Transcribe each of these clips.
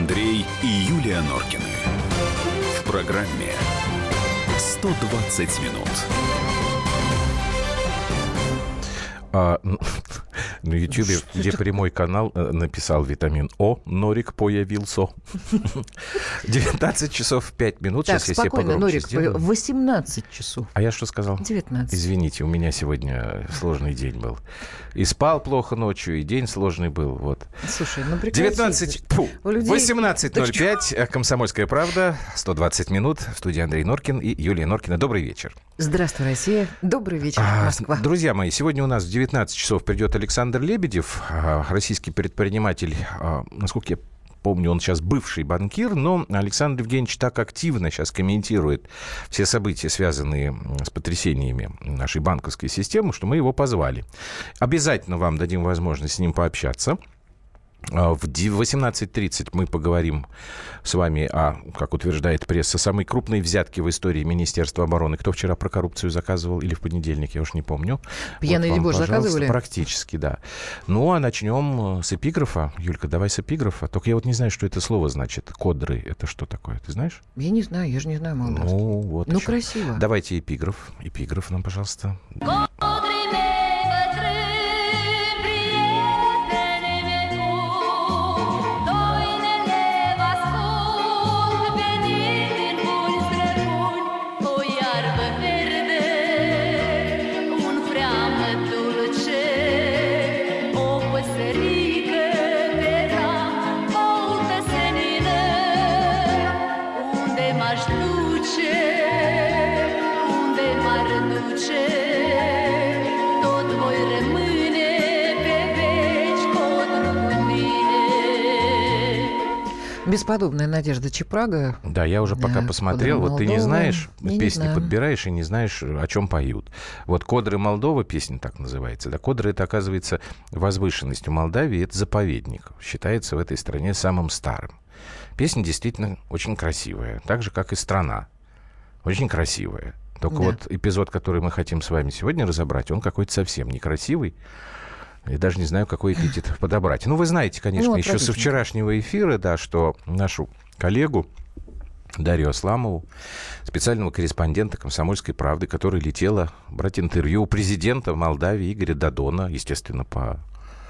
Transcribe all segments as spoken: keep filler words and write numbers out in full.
Андрей и Юлия Норкины. В программе сто двадцать минут. А, на Ютьюбе, где прямой канал, написал витамин О, Норик появился. девятнадцать часов пять минут. Так, сейчас спокойно, я себе Норик, сделаю. восемнадцать часов. А я что сказал? девятнадцать. Извините, у меня сегодня сложный день был. И спал плохо ночью, и день сложный был. Вот. Слушай, ну прекрати. девятнадцать, фу, людей... восемнадцать ноль пять, «Комсомольская правда», сто двадцать минут, в студии Андрей Норкин и Юлия Норкина. Добрый вечер. Здравствуй, Россия. Добрый вечер, Москва. А, друзья мои, сегодня у нас в девятнадцать часов придет Александр Лебедев, российский предприниматель, насколько я помню, он сейчас бывший банкир, но Александр Евгеньевич так активно сейчас комментирует все события, связанные с потрясениями нашей банковской системы, что мы его позвали. Обязательно вам дадим возможность с ним пообщаться. В восемнадцать тридцать мы поговорим с вами о, как утверждает пресса, самой крупной взятке в истории Министерства обороны. Кто вчера про коррупцию заказывал или в понедельник, я уж не помню. Пьяный вот дебош заказывали? Практически, да. Ну, а начнем с эпиграфа. Юлька, давай с эпиграфа. Только я вот не знаю, что это слово значит. Кодры. Это что такое? Ты знаешь? Я не знаю, я же не знаю молдавский. Ну, вот ну еще. Красиво. Давайте эпиграф. Эпиграф нам, пожалуйста. Бесподобная Надежда Чепрага. Да, я уже пока да, посмотрел. Вот ты не знаешь, я песни не подбираешь и не знаешь, о чем поют. Вот «Кодры Молдова» песня так называется. Да, Кодры — это, оказывается, возвышенность у Молдавии. Это заповедник. Считается в этой стране самым старым. Песня действительно очень красивая. Так же, как и страна. Очень красивая. Только да. вот эпизод, который мы хотим с вами сегодня разобрать, он какой-то совсем некрасивый. Я даже не знаю, какой эпитет подобрать. Ну, вы знаете, конечно, ну, еще со вчерашнего эфира, да, что нашу коллегу Дарью Асламову, специального корреспондента «Комсомольской правды», которая летела брать интервью у президента Молдавии Игоря Додона, естественно, по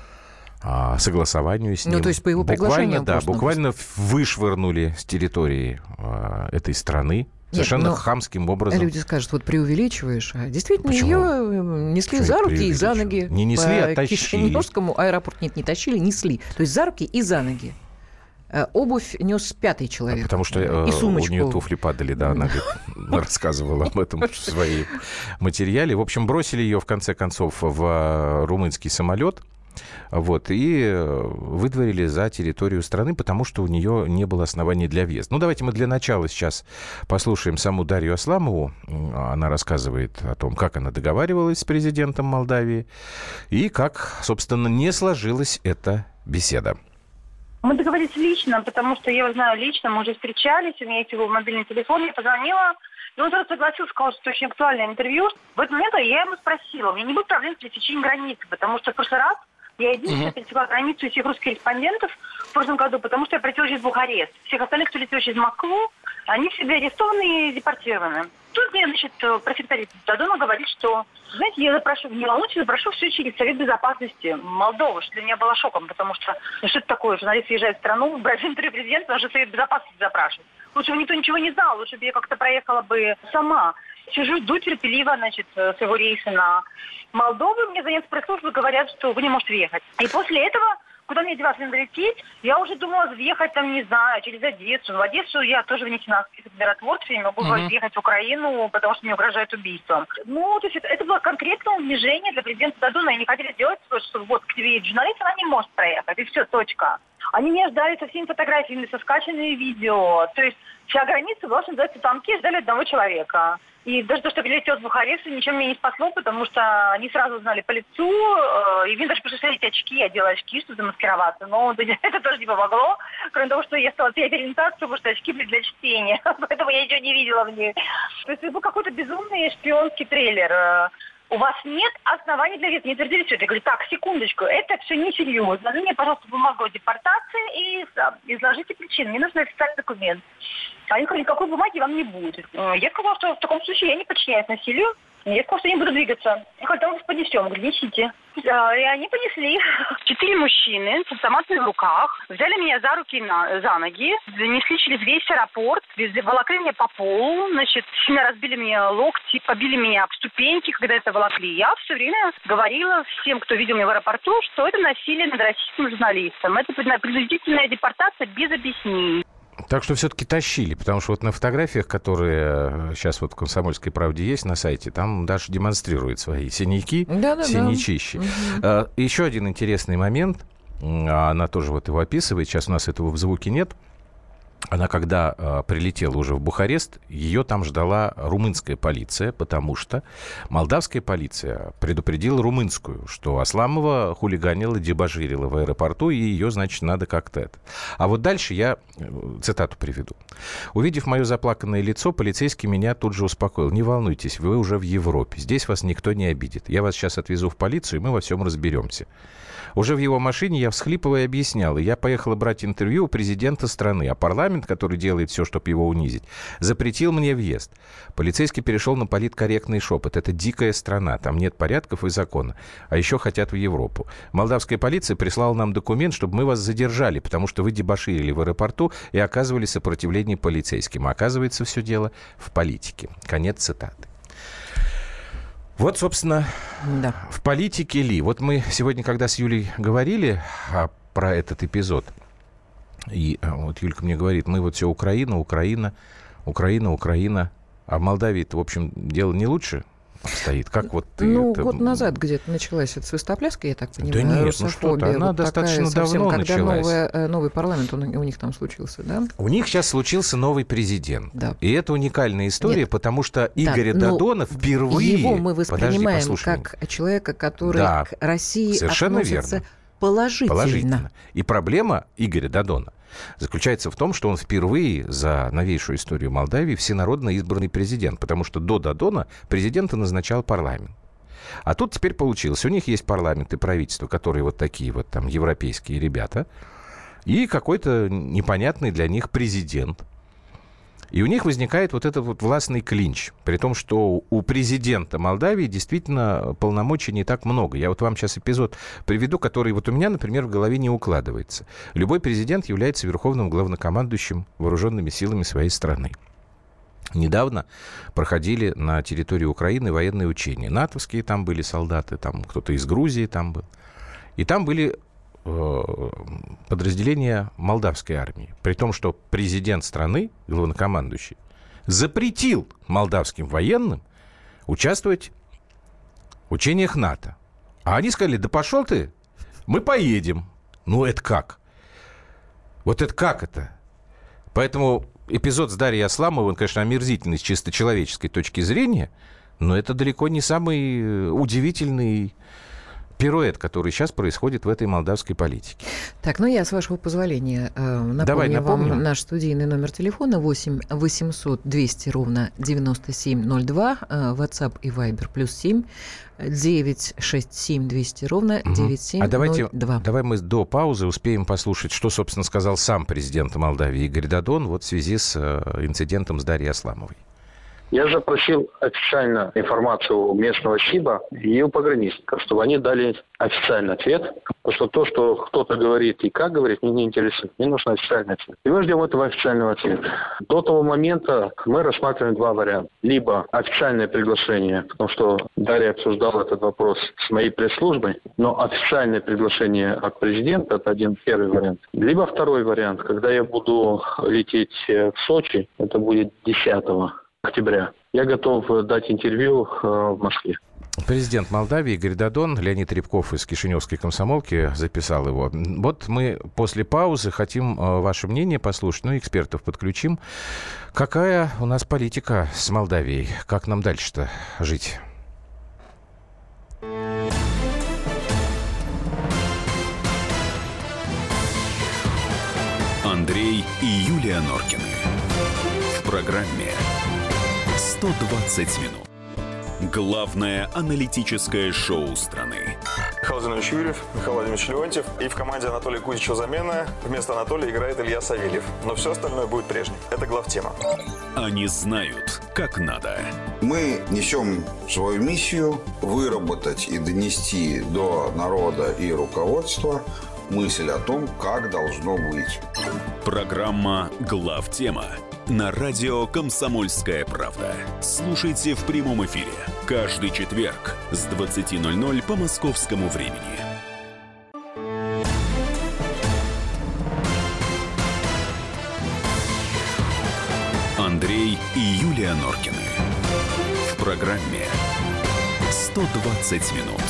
а, согласованию с ним. Ну, то есть по его приглашению. Буквально, да, буквально вышвырнули с территории а, этой страны. Совершенно Нет, хамским образом. Люди скажут, вот преувеличиваешь. А действительно, Почему? ее несли Почему за руки и за ноги. Не несли, а тащили. По Кишиневскому аэропорту, нет, не тащили, несли. То есть за руки и за ноги. Обувь нес пятый человек. А потому что и сумочку. У нее туфли падали, да, она рассказывала об этом в своем материале. В общем, бросили ее, в конце концов, в румынский самолет. Вот, и выдворили за территорию страны, потому что у нее не было оснований для въезда. Ну, давайте мы для начала сейчас послушаем саму Дарью Асламову. Она рассказывает о том, как она договаривалась с президентом Молдавии и как, собственно, не сложилась эта беседа. Мы договорились лично, потому что я его знаю лично, мы уже встречались, у меня есть его мобильный телефон, я позвонила. И он сразу согласился, сказал, что это очень актуальное интервью. В этот момент я ему спросила, у меня не было проблем с пересечением границы, потому что в прошлый раз я единственная пересекла границу из всех русских корреспондентов в прошлом году, потому что я прилетела через Бухарест. Всех остальных, кто летел через Москву, они все были арестованы и депортированы. Тут мне, значит, пресс-секретарь Додона говорит, что, знаете, я запрошу, не волнуйтесь, запрошу все через Совет Безопасности Молдовы, что для меня было шоком, потому что, ну что это такое, журналист въезжает в страну, брать интервью президента, даже Совет Безопасности запрашивает. Лучше бы никто ничего не знал, лучше бы я как-то проехала бы сама. Сижу, жду терпеливо, значит, своего рейса на Молдову. Мне звонят с пресс-службы, говорят, что вы не можете въехать. И после этого, куда мне деваться, надо лететь, я уже думала въехать там, не знаю, через Одессу. В Одессу я тоже внесена в список миротворцев, я не могу uh-huh. въехать в Украину, потому что мне угрожает убийством. Ну, то есть это, это было конкретное унижение для президента Додона. И не хотели сделать, что вот к тебе едет журналист, она не может проехать. И все, точка. Они меня ждали со всеми фотографиями, со скачанными видео. То есть вся граница была, что называется, танки, ждали одного человека. И даже то, что прилетел с Бухареста, ничем меня не спасло, потому что они сразу узнали по лицу. И мне даже пришлось ставить очки, я делала очки, чтобы замаскироваться. Но это тоже не помогло. Кроме того, что я стала переориентацию, потому что очки были для чтения. Поэтому я ничего не видела в них. То есть это был какой-то безумный шпионский трейлер. у вас нет оснований для визы, не твердили все. Я говорю, так, секундочку, это все несерьезно. Изложите мне, пожалуйста, бумагу о депортации и изложите причины. Мне нужен официальный документ. Они говорят, никакой бумаги вам не будет. Я сказала, что в таком случае я не подчиняюсь насилию. Я сказала, что не буду двигаться. Я говорю, там вас понесем. Говорю, несите. И они понесли. Четыре мужчины с автоматами в руках взяли меня за руки, на, за ноги, занесли через весь аэропорт, волокли меня по полу, значит, сильно разбили мне локти, побили меня об ступеньки, когда это волокли. Я все время говорила всем, кто видел меня в аэропорту, что это насилие над российским журналистом. Это принудительная депортация без объяснений. Так что все-таки тащили, потому что вот на фотографиях, которые сейчас вот в «Комсомольской правде» есть на сайте, там даже демонстрируют свои синяки, да-да-да. Синячищи. Угу. Еще один интересный момент, она тоже вот его описывает, сейчас у нас этого в звуке нет. Она, когда э, прилетела уже в Бухарест, ее там ждала румынская полиция, потому что молдавская полиция предупредила румынскую, что Асламова хулиганила, дебоширила в аэропорту, и ее, значит, надо как-то это. А вот дальше я цитату приведу. «Увидев мое заплаканное лицо, полицейский меня тут же успокоил. Не волнуйтесь, вы уже в Европе, здесь вас никто не обидит. Я вас сейчас отвезу в полицию, и мы во всем разберемся». Уже в его машине я, всхлипывая, объяснял, и я поехала брать интервью у президента страны, а парламент, который делает все, чтобы его унизить, запретил мне въезд. Полицейский перешел на политкорректный шепот. Это дикая страна, там нет порядков и закона, а еще хотят в Европу. Молдавская полиция прислала нам документ, чтобы мы вас задержали, потому что вы дебоширили в аэропорту и оказывали сопротивление полицейским. А оказывается, все дело в политике. Конец цитаты. Вот, собственно, да. В политике ли. Вот мы сегодня, когда с Юлей говорили а, про этот эпизод, и а, вот Юлька мне говорит, мы вот все Украина, Украина, Украина, Украина, а в Молдавии-то, в общем, дело не лучше обстоит. Как вот ты ну, это... год назад где-то началась эта свистопляска, я так понимаю. Да нет, ну что-то, она вот достаточно совсем, давно когда началась. Когда новый парламент у них там случился, да? У них сейчас случился новый президент. Да. И это уникальная история, нет. Потому что Игоря да, Додона впервые... Его мы воспринимаем Подожди, как меня. Человека, который да, к России совершенно относится верно. Положительно. положительно. И проблема Игоря Додона заключается в том, что он впервые за новейшую историю Молдавии всенародно избранный президент, потому что до Додона президента назначал парламент. А тут теперь получилось. У них есть парламент и правительство, которые вот такие вот там европейские ребята, и какой-то непонятный для них президент. И у них возникает вот этот вот властный клинч, при том, что у президента Молдавии действительно полномочий не так много. Я вот вам сейчас эпизод приведу, который вот у меня, например, в голове не укладывается. Любой президент является верховным главнокомандующим вооруженными силами своей страны. Недавно проходили на территории Украины военные учения. натовские там были солдаты, там кто-то из Грузии там был. И там были подразделения молдавской армии. При том, что президент страны, главнокомандующий, запретил молдавским военным участвовать в учениях НАТО. А они сказали, да пошел ты, мы поедем. Ну, это как? Вот это как это? Поэтому эпизод с Дарьей Асламовой, он, конечно, омерзительный с чисто человеческой точки зрения, но это далеко не самый удивительный пируэт, который сейчас происходит в этой молдавской политике. Так, ну я, с вашего позволения, напомню Давай, напомню. вам наш студийный номер телефона восемь восемьсот двести ровно девяносто семь ноль два, WhatsApp и Viber плюс семь девять шесть семь двести ровно девяносто семь ноль два. А давайте, давай мы до паузы успеем послушать, что, собственно, сказал сам президент Молдавии Игорь Додон вот в связи с инцидентом с Дарьей Асламовой. Я запросил официально информацию у местного СИБа и у пограничников, чтобы они дали официальный ответ. Потому что то, что кто-то говорит и как говорит, меня не интересует. Мне нужен официальный ответ. И мы ждем этого официального ответа. До того момента мы рассматриваем два варианта. Либо официальное приглашение, потому что Дарья обсуждала этот вопрос с моей пресс-службой, но официальное приглашение от президента – это один первый вариант. Либо второй вариант, когда я буду лететь в Сочи, это будет десятого октября. Я готов дать интервью э, в Москве. Президент Молдавии Игорь Додон, Леонид Рябков из Кишиневской комсомолки записал его. Вот мы после паузы хотим э, ваше мнение послушать, ну, экспертов подключим. Какая у нас политика с Молдавией? Как нам дальше-то жить? Андрей и Юлия Норкины. В программе «сто двадцать минут». Главное аналитическое шоу страны. Михаил Владимирович Юрьев, Михаил Владимирович Леонтьев. И в команде Анатолия Кузичева замена. Вместо Анатолия играет Илья Савельев. Но все остальное будет прежним. Это главтема. Они знают, как надо. Мы несем свою миссию выработать и донести до народа и руководства мысль о том, как должно быть. Программа «Главтема» на радио «Комсомольская правда». Слушайте в прямом эфире каждый четверг с двадцати ноль-ноль по московскому времени. Андрей и Юлия Норкины. В программе «сто двадцать минут».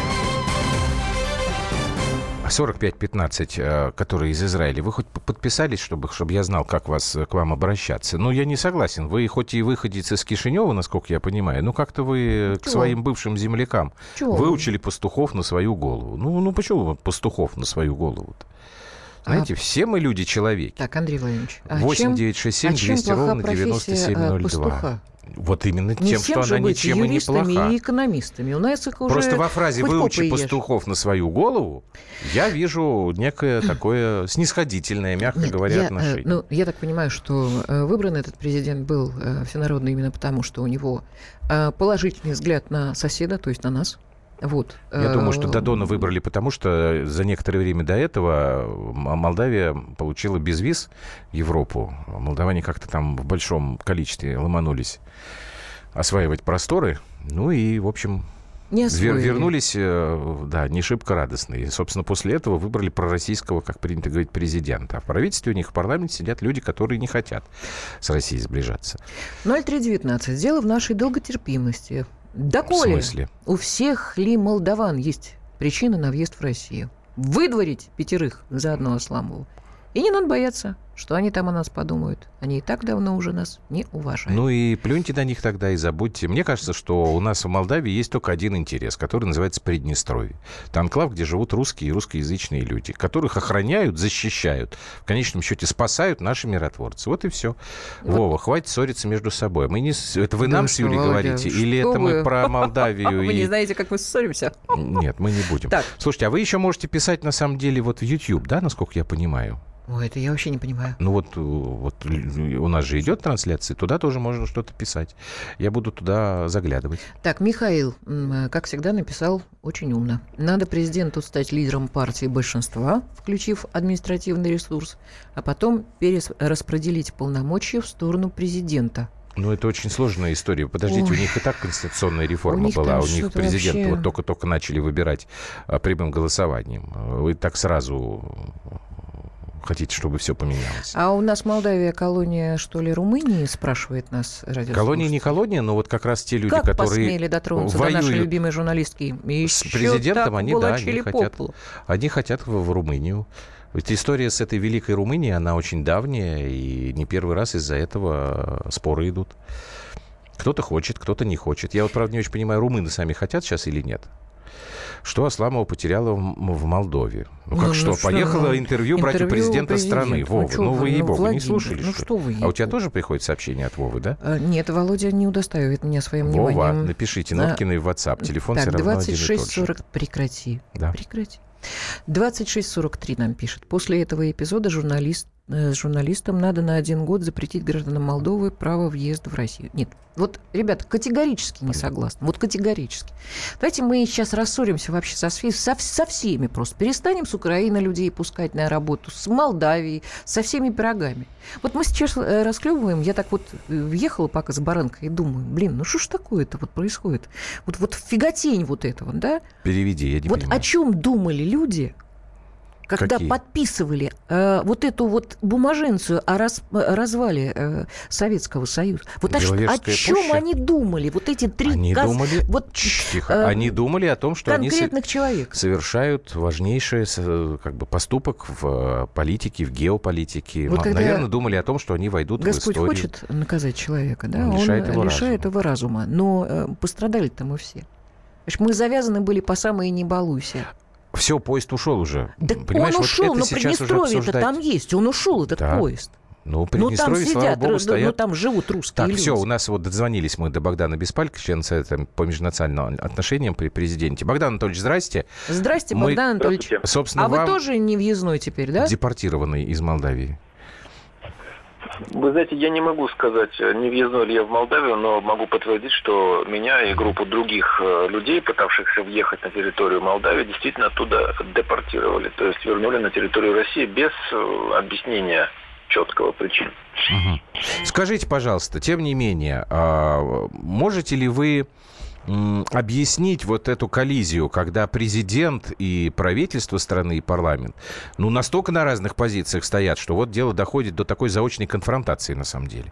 сорок пять пятнадцать, которые из Израиля, вы хоть подписались, чтобы, чтобы я знал, как вас, к вам обращаться? Ну, я не согласен. Вы хоть и выходец из Кишинева, насколько я понимаю, ну, как-то вы Чего? к своим бывшим землякам Чего? выучили пастухов на свою голову. Ну, ну почему пастухов на свою голову-то? Знаете, а... все мы люди-человеки. Так, Андрей Владимирович, а восемь девятьсот шестьдесят семь двести ровно девяносто семь ноль два. Вот именно не тем, что она ничем и не плоха. И экономистами. У нас их уже Просто во фразе «выучи пастухов на свою голову» я вижу некое такое снисходительное, мягко Нет, говоря, я, отношение. Ну, я так понимаю, что выбран этот президент был всенародный именно потому, что у него положительный взгляд на соседа, то есть на нас. Вот. Я думаю, что Додона выбрали потому, что за некоторое время до этого Молдавия получила безвиз в Европу. Молдаване как-то там в большом количестве ломанулись осваивать просторы. Ну и, в общем, вер- вернулись, да, не шибко радостные. И, собственно, после этого выбрали пророссийского, как принято говорить, президента. А в правительстве у них в парламенте сидят люди, которые не хотят с Россией сближаться. ноль три девятнадцать. Дело в нашей долготерпимости. Доколе в смысле? У всех ли молдаван есть причина на въезд в Россию? Выдворить пятерых за одну Асламову. И не надо бояться, что они там о нас подумают. Они и так давно уже нас не уважают. Ну и плюньте на них тогда и забудьте. Мне кажется, что у нас в Молдавии есть только один интерес, который называется Приднестровье. Это анклав, где живут русские и русскоязычные люди, которых охраняют, защищают, в конечном счете спасают наши миротворцы. Вот и все. Вот. Вова, хватит ссориться между собой. Мы не... Это вы да нам с Юлей Володя, говорите? Или это вы? Мы про Молдавию? Вы не знаете, как мы ссоримся? Нет, мы не будем. Слушайте, а вы еще можете писать, на самом деле, вот в YouTube, да, насколько я понимаю? Ой, это я вообще не понимаю. Ну вот, вот у нас же идет трансляция, туда тоже можно что-то писать. Я буду туда заглядывать. Так, Михаил, как всегда, написал очень умно. Надо президенту стать лидером партии большинства, включив административный ресурс, а потом перераспределить полномочия в сторону президента. Ну, это очень сложная история. Подождите, Ой. у них и так конституционная реформа была, а у них президент вообще... вот только-только начали выбирать а, прямым голосованием. Вы так сразу... Хотите, чтобы все поменялось. А у нас Молдавия колония, что ли, Румынии, спрашивает нас радиослушатель. Колония не колония, но вот как раз те люди, как которые посмели дотронуться до нашей любимой журналистки. С президентом, они, да, они хотят, они хотят в, в Румынию. Ведь история с этой великой Румынией, она очень давняя, и не первый раз из-за этого споры идут. Кто-то хочет, кто-то не хочет. Я вот, правда, не очень понимаю, румыны сами хотят сейчас или нет. Что Асламова потеряла в Молдове? Ну, как ну, что? Ну, Поехала что? интервью брать интервью у президента президент. страны. Вова, ну, ну вы, ей-богу, ну, не слушали, ну, что, что вы? А у тебя тоже приходит сообщение от Вовы, да? А, нет, Володя не удостаивает меня своим Вова, вниманием. Вова, напишите Ноткиной в WhatsApp. Телефон так, все равно двадцать шесть сорок, прекрати. Да. Прекрати. двадцать шесть сорок три нам пишет. После этого эпизода журналист, э, журналистам надо на один год запретить гражданам Молдовы право въезда в Россию. Нет, вот, ребята, категорически не согласны. Вот категорически. Давайте мы сейчас рассоримся вообще со, со, со всеми просто. Перестанем с Украины людей пускать на работу, с Молдавией, со всеми пирогами. Вот мы сейчас э, расклевываем. Я так вот въехала пока с баранкой и думаю, блин, ну что ж такое-то вот происходит? Вот, вот фиготень вот этого, да? Переведи, я не вот понимаю. О чем думали люди, когда Какие? подписывали э, вот эту вот бумаженцию о раз, развале э, Советского Союза? Вот о, о чем пуща? они думали? Вот эти три... Они газ... думали... Вот, Тихо. Э, они думали о том, что они со... совершают важнейший как бы, поступок в политике, в геополитике. Вот Наверное, думали о том, что они войдут Господь в историю. Господь хочет наказать человека, да? Он лишает, Он его, лишает разума. его разума. Но э, пострадали-то мы все. Мы завязаны были по самые не балуйся. Все, поезд ушел уже. Да Понимаешь, он ушел, вот но сейчас Приднестровье-то там есть. Он ушел, этот да. поезд. Ну, Приднестровье, ну, там слава сидят, богу, стоят... ну, там живут русские Так, люди. все, у нас вот дозвонились мы до Богдана Беспалько, члена Совета по межнациональным отношениям при президенте. Богдан Анатольевич, здрасте. Здрасте, мы... Богдан Анатольевич. Собственно, а вам... вы тоже не въездной теперь, да? Депортированный из Молдавии. Вы знаете, я не могу сказать, не въездной ли я в Молдавию, но могу подтвердить, что меня и группу других людей, пытавшихся въехать на территорию Молдавии, действительно оттуда депортировали. То есть вернули на территорию России без объяснения четкого причин. Угу. Скажите, пожалуйста, тем не менее, можете ли вы объяснить вот эту коллизию, когда президент и правительство страны, и парламент, ну, настолько на разных позициях стоят, что вот дело доходит до такой заочной конфронтации на самом деле?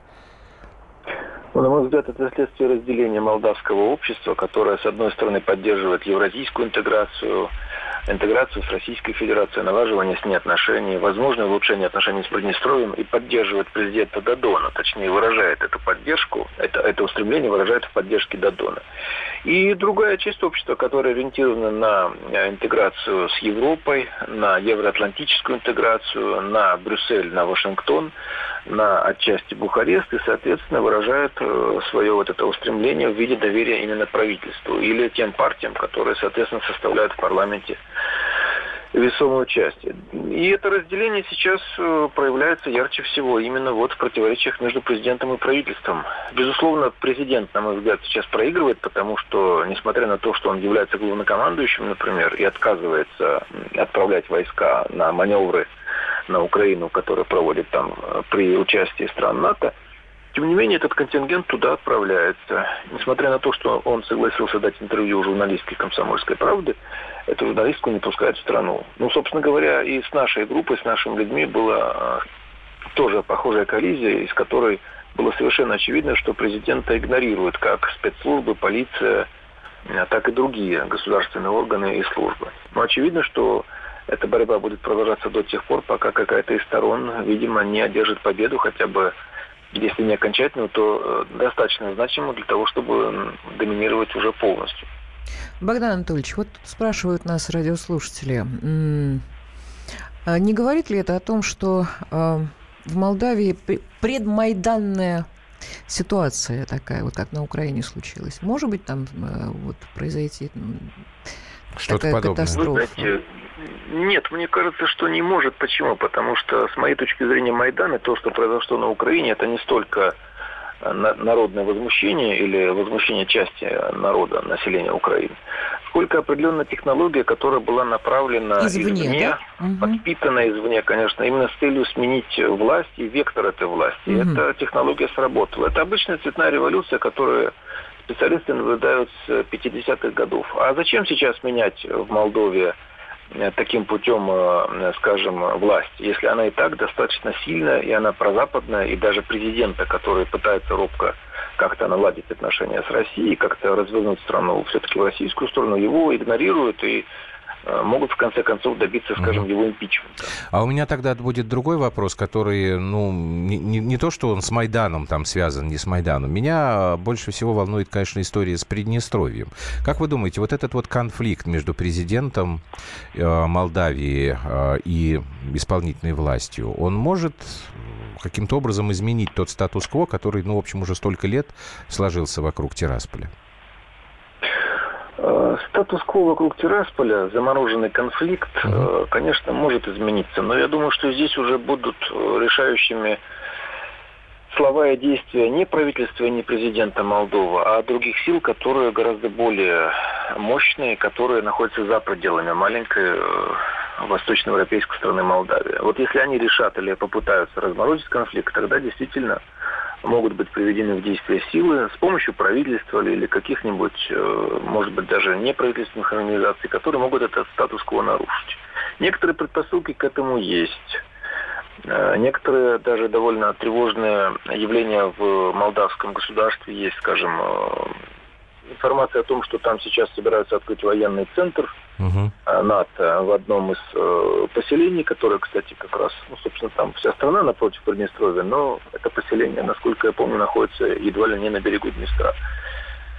Ну, на мой взгляд, это следствие разделения молдавского общества, которое, с одной стороны, поддерживает евразийскую интеграцию, интеграцию с Российской Федерацией, налаживание с ней отношений, возможное улучшение отношений с Приднестровьем и поддерживает президента Додона, точнее выражает эту поддержку, это, это устремление выражает в поддержке Додона. И другая часть общества, которая ориентирована на интеграцию с Европой, на евроатлантическую интеграцию, на Брюссель, на Вашингтон, на отчасти Бухарест и, соответственно, выражает свое вот это устремление в виде доверия именно правительству или тем партиям, которые, соответственно, составляют в парламенте весомую часть. И это разделение сейчас проявляется ярче всего именно вот в противоречиях между президентом и правительством. Безусловно, президент, на мой взгляд, сейчас проигрывает, потому что, несмотря на то, что он является главнокомандующим, например, и отказывается отправлять войска на маневры на Украину, которые проводят там при участии стран НАТО, тем не менее, этот контингент туда отправляется. Несмотря на то, что он согласился дать интервью журналистке «Комсомольской правды», эту журналистку не пускают в страну. Ну, собственно говоря, и с нашей группой, с нашими людьми была тоже похожая коллизия, из которой было совершенно очевидно, что президента игнорируют как спецслужбы, полиция, так и другие государственные органы и службы. Но очевидно, что эта борьба будет продолжаться до тех пор, пока какая-то из сторон, видимо, не одержит победу, хотя бы, если не окончательную, то достаточно значимую для того, чтобы доминировать уже полностью. Богдан Анатольевич, вот спрашивают нас радиослушатели, не говорит ли это о том, что в Молдавии предмайданная ситуация такая, вот как на Украине случилась? Может быть, там вот произойти что-то такая подобное? катастрофа? Вы знаете, нет, мне кажется, что не может. Почему? Потому что, с моей точки зрения, Майдан и то, что произошло на Украине, это не столько народное возмущение или возмущение части народа, населения Украины, сколько определенная технология, которая была направлена извне, извне да? подпитана извне, конечно, именно с целью сменить власть и вектор этой власти. И угу. эта технология сработала. Это обычная цветная революция, которую специалисты наблюдают с пятидесятых годов. А зачем сейчас менять в Молдове таким путем, скажем, власть, если она и так достаточно сильная, и она прозападная, и даже президента, который пытается робко как-то наладить отношения с Россией, как-то развернуть страну все-таки в российскую сторону, его игнорируют и могут в конце концов добиться, скажем, mm-hmm. его импичмента. А у меня тогда будет другой вопрос, который, ну, не, не, не то, что он с Майданом там связан, не с Майданом. Меня больше всего волнует, конечно, история с Приднестровьем. Как вы думаете, вот этот вот конфликт между президентом э, Молдавии э, и исполнительной властью, он может каким-то образом изменить тот статус-кво, который, ну, в общем, уже столько лет сложился вокруг Тирасполя? Статус-кво вокруг Тирасполя, замороженный конфликт, uh-huh. конечно, может измениться. Но я думаю, что здесь уже будут решающими слова и действия не правительства и не президента Молдовы, а других сил, которые гораздо более мощные, которые находятся за пределами маленькой восточноевропейской страны Молдавия. Вот если они решат или попытаются разморозить конфликт, тогда действительно могут быть приведены в действие силы с помощью правительства или каких-нибудь, может быть, даже неправительственных организаций, которые могут этот статус-кво нарушить. Некоторые предпосылки к этому есть. Некоторые даже довольно тревожные явления в молдавском государстве есть, скажем, информация о том, что там сейчас собираются открыть военный центр uh-huh. НАТО в одном из э, поселений, которое, кстати, как раз, ну, собственно, там вся страна напротив Приднестровья, но это поселение, насколько я помню, находится едва ли не на берегу Днестра.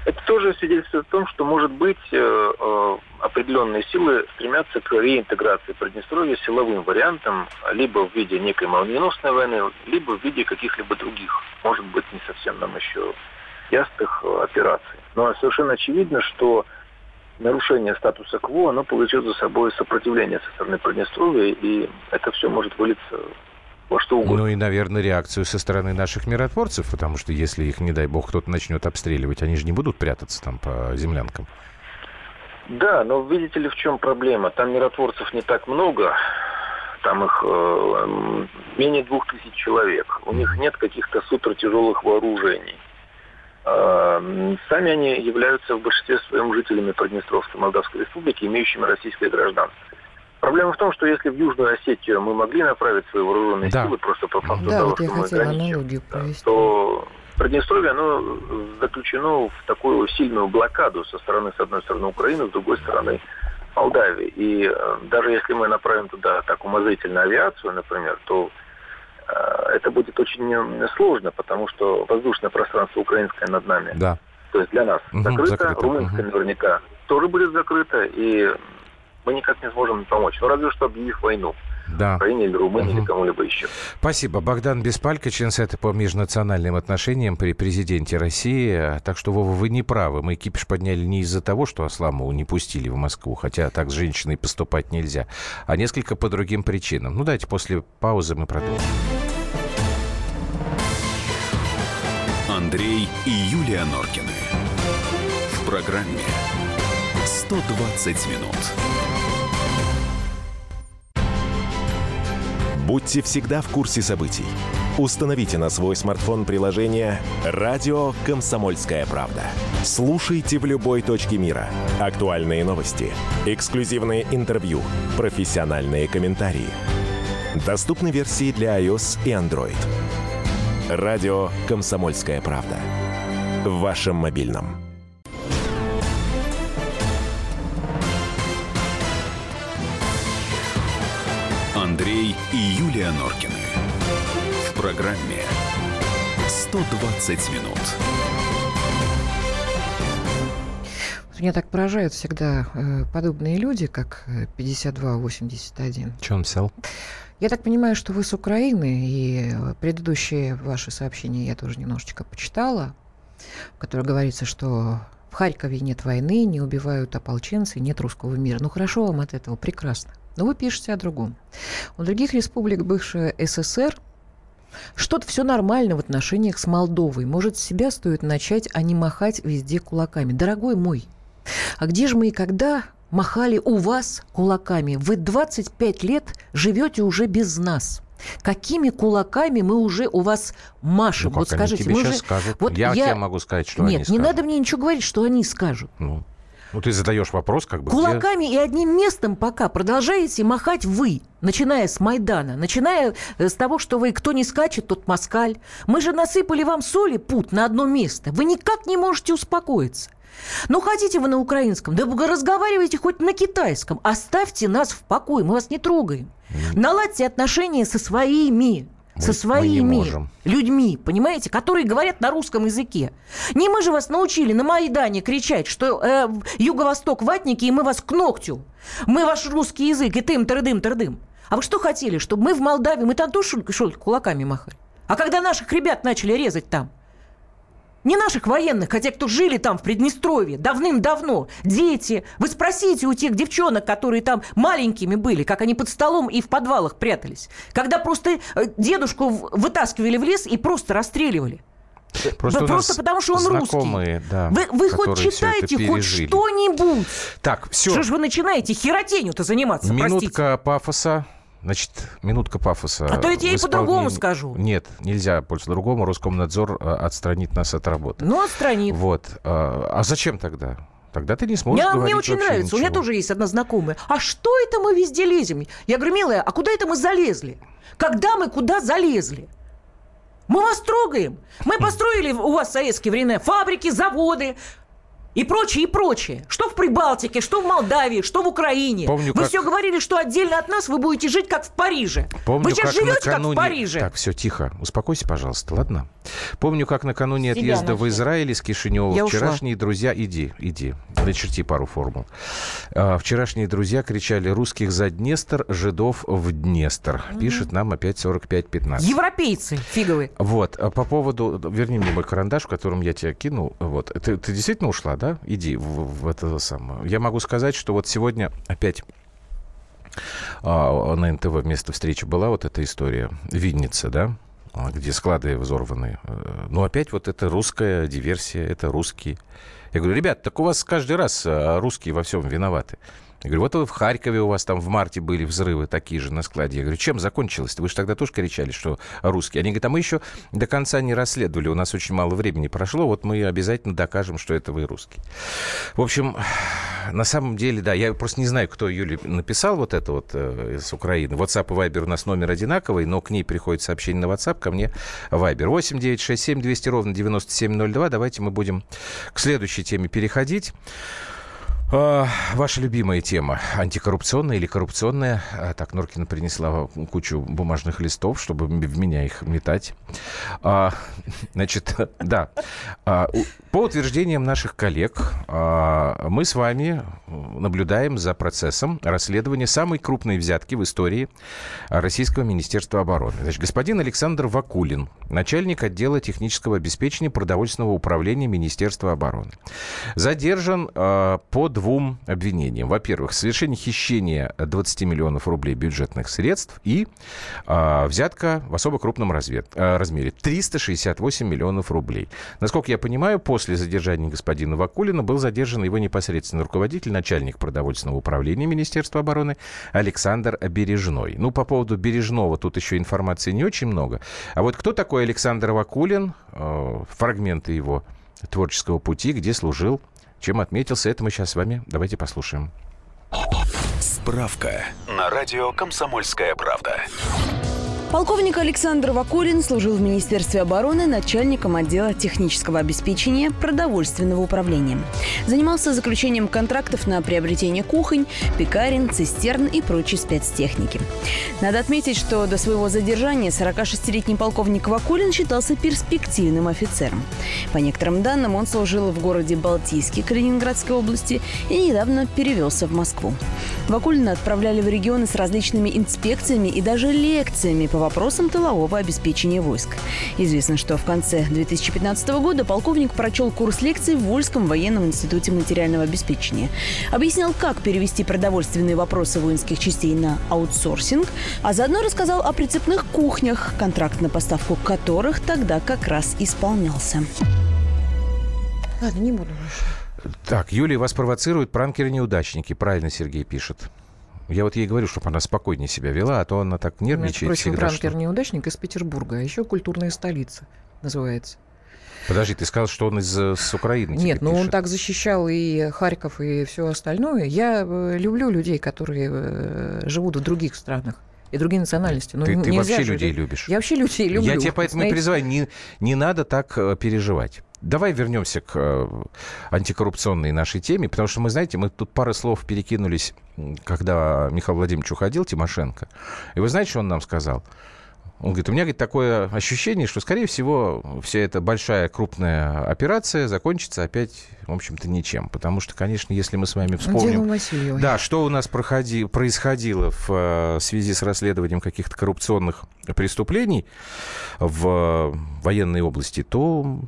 Это тоже свидетельствует о том, что, может быть, определенные силы стремятся к реинтеграции Приднестровья силовым вариантом, либо в виде некой молниеносной войны, либо в виде каких-либо других, может быть, не совсем нам еще ясных операций. Но совершенно очевидно, что нарушение статуса КВО, оно повлечет за собой сопротивление со стороны Приднестровья, и это все может вылиться во что угодно. Ну и, наверное, реакцию со стороны наших миротворцев, потому что если их, не дай бог, кто-то начнет обстреливать, они же не будут прятаться там по землянкам. Да, но видите ли, в чем проблема? Там миротворцев не так много, там их э, менее двух тысяч человек, у них нет каких-то супертяжелых вооружений. Э, сами они являются в большинстве своем жителями Приднестровской Молдавской Республики, имеющими российское гражданство. Проблема в том, что если в Южную Осетию мы могли направить свои вооруженные да. силы просто по факту да, того, вот что мы граничим, да, то Приднестровье, оно заключено в такую сильную блокаду со стороны, с одной стороны, Украины, с другой стороны, Молдавии. И э, даже если мы направим туда так умозрительно авиацию, например, то э, это будет очень сложно, потому что воздушное пространство украинское над нами, да. то есть для нас, угу, закрыто, закрыто, румынское угу. наверняка тоже будет закрыто, и мы никак не сможем помочь. Ну, разве что объявив войну. Да. Украине или Румынии, угу. или кому-либо еще. Спасибо. Богдан Беспалько, член Совета по межнациональным отношениям при президенте России. Так что, Вова, вы не правы. Мы кипиш подняли не из-за того, что Асламову не пустили в Москву, хотя так с женщиной поступать нельзя, а несколько по другим причинам. Ну, давайте после паузы мы продолжим. Андрей и Юлия Норкины. В программе сто двадцать минут. Будьте всегда в курсе событий. Установите на свой смартфон приложение «Радио Комсомольская правда». Слушайте в любой точке мира. Актуальные новости, эксклюзивные интервью, профессиональные комментарии. Доступны версии для iOS и Android. «Радио Комсомольская правда». В вашем мобильном. Андрей и Юлия Норкины. В программе сто двадцать минут. Меня так поражают всегда э, подобные люди, как пятьдесят два восемьдесят один. Что он писал? Я так понимаю, что вы с Украины, и предыдущие ваши сообщения я тоже немножечко почитала, в которых говорится, что в Харькове нет войны, не убивают ополченцы, нет русского мира. Ну, хорошо вам от этого, прекрасно. Но вы пишете о другом. У других республик бывшего СССР что-то все нормально в отношениях с Молдовой. Может, с себя стоит начать, а не махать везде кулаками. Дорогой мой, а где же мы и когда махали у вас кулаками? Вы двадцать пять лет живете уже без нас. Какими кулаками мы уже у вас машем? Ну, вот скажите, тебе мы сейчас уже... скажут. Вот я, я тебе могу сказать, что Нет, они не скажут. надо мне ничего говорить, что они скажут. Ну, ну ты задаешь вопрос, как бы. Кулаками где... и одним местом пока продолжаете махать вы, начиная с Майдана, начиная с того, что вы кто не скачет, тот москаль. Мы же насыпали вам соли пут на одно место. Вы никак не можете успокоиться. Ну, хотите вы на украинском, да разговаривайте хоть на китайском. Оставьте нас в покое, мы вас не трогаем. Mm. Наладьте отношения со своими, мы, со своими людьми, понимаете, которые говорят на русском языке. Не мы же вас научили на Майдане кричать, что э, Юго-Восток ватники, и мы вас к ногтю. Мы ваш русский язык, и тым-тырдым-тырдым. А вы что хотели, чтобы мы в Молдавии, мы там тоже что ли, кулаками махали? А когда наших ребят начали резать там? Не наших военных, хотя кто жили там в Приднестровье давным-давно. Дети. Вы спросите у тех девчонок, которые там маленькими были, как они под столом и в подвалах прятались. Когда просто дедушку вытаскивали в лес и просто расстреливали. Просто, просто потому, что он русский. Да, вы вы хоть читаете хоть что-нибудь? Так, все. Что же вы начинаете херотенью-то заниматься, Минутка простите? пафоса. Значит, минутка пафоса. А то я тебе и по-другому скажу. Нет, нельзя по-другому. Роскомнадзор отстранит нас от работы. Ну, отстранит. Вот. А зачем тогда? Тогда ты не сможешь я, говорить мне очень нравится. Ничего. У меня тоже есть одна знакомая. А что это мы везде лезем? Я говорю, милая, а куда это мы залезли? Когда мы куда залезли? Мы вас трогаем. Мы построили у вас в советские времена фабрики, заводы. И прочее, и прочее. Что в Прибалтике, что в Молдавии, что в Украине. Помню, вы как... все говорили, что отдельно от нас вы будете жить, как в Париже. Помню, вы сейчас как живете, накануне... как в Париже. Так, все, тихо. Успокойся, пожалуйста, ладно? Помню, как накануне Себя отъезда начать. в Израиль из Кишинева Я вчерашние ушла. друзья... Иди, иди, начерти пару формул. А, вчерашние друзья кричали: русских за Днестр, жидов в Днестр. Mm-hmm. Пишет нам опять сорок пять пятнадцать. Европейцы фиговые. Вот, а по поводу... Верни мне мой карандаш, в котором я тебя кинул. Вот. Ты, ты действительно ушла, да? Иди в, в это самое. Я могу сказать, что вот сегодня опять а, на эн тэ вэ вместо встречи была вот эта история. Винница, да? Где склады взорваны. Но опять вот это русская диверсия, это русские. Я говорю: ребят, так у вас каждый раз русские во всем виноваты. Я говорю: вот вы в Харькове, у вас там в марте были взрывы такие же на складе. Я говорю: чем закончилось-то? Вы же тогда тоже кричали, что русские. Они говорят: а мы еще до конца не расследовали, у нас очень мало времени прошло, вот мы обязательно докажем, что это вы русские. В общем, на самом деле, да, я просто не знаю, кто Юле написал вот это вот э, с Украины. WhatsApp и Viber у нас номер одинаковый, но к ней приходит сообщение на WhatsApp, ко мне Viber. восемь девятьсот шестьдесят семь двести ровно девяносто семь ноль два. Давайте мы будем к следующей теме переходить. Ваша любимая тема — антикоррупционная или коррупционная. Так, Норкина принесла кучу бумажных листов, чтобы в меня их метать. Значит, да. По утверждениям наших коллег, мы с вами наблюдаем за процессом расследования самой крупной взятки в истории Российского Министерства обороны. Значит, господин Александр Вакулин, начальник отдела технического обеспечения продовольственного управления Министерства обороны, задержан по двум обвинениям. Во-первых, совершение хищения двадцать миллионов рублей бюджетных средств и э, взятка в особо крупном развед, э, размере триста шестьдесят восемь миллионов рублей. Насколько я понимаю, после задержания господина Вакулина был задержан его непосредственный руководитель, начальник продовольственного управления Министерства обороны Александр Бережной. Ну, по поводу Бережного тут еще информации не очень много. А вот кто такой Александр Вакулин, э, фрагменты его творческого пути, где служил, чем отметился, это мы сейчас с вами давайте послушаем. Справка на радио «Комсомольская правда». Полковник Александр Вакулин служил в Министерстве обороны начальником отдела технического обеспечения продовольственного управления. Занимался заключением контрактов на приобретение кухонь, пекарен, цистерн и прочей спецтехники. Надо отметить, что до своего задержания сорокашестилетний полковник Вакулин считался перспективным офицером. По некоторым данным, он служил в городе Балтийске Калининградской области и недавно перевелся в Москву. Вакулина отправляли в регионы с различными инспекциями и даже лекциями по вопросам тылового обеспечения войск. Известно, что в конце две тысячи пятнадцатого года полковник прочел курс лекций в Вольском военном институте материального обеспечения. Объяснял, как перевести продовольственные вопросы воинских частей на аутсорсинг, а заодно рассказал о прицепных кухнях, контракт на поставку которых тогда как раз исполнялся. Ладно, не буду больше. Так, Юлия, вас провоцируют пранкеры-неудачники. Правильно Сергей пишет. Я вот ей говорю, чтобы она спокойнее себя вела, а то она так нервничает. Между прочим, всегда, пранкер-неудачник из Петербурга, а еще культурная столица называется. Подожди, ты сказал, что он из с Украины? Нет, ну пишет. он так защищал и Харьков, и все остальное. Я люблю людей, которые живут в других странах и другие национальности. Но ты ты вообще же... людей любишь. Я вообще людей люблю. Я тебя поэтому и призываю, не, не надо так переживать. Давай вернемся к э, антикоррупционной нашей теме, потому что мы, знаете, мы тут пару слов перекинулись, когда Михаил Владимирович уходил, Тимошенко. И вы знаете, что он нам сказал? Он говорит: у меня, говорит, такое ощущение, что, скорее всего, вся эта большая крупная операция закончится опять, в общем-то, ничем. Потому что, конечно, если мы с вами вспомним, да, что у нас проходи, происходило в э, связи с расследованием каких-то коррупционных преступлений в военной области, то...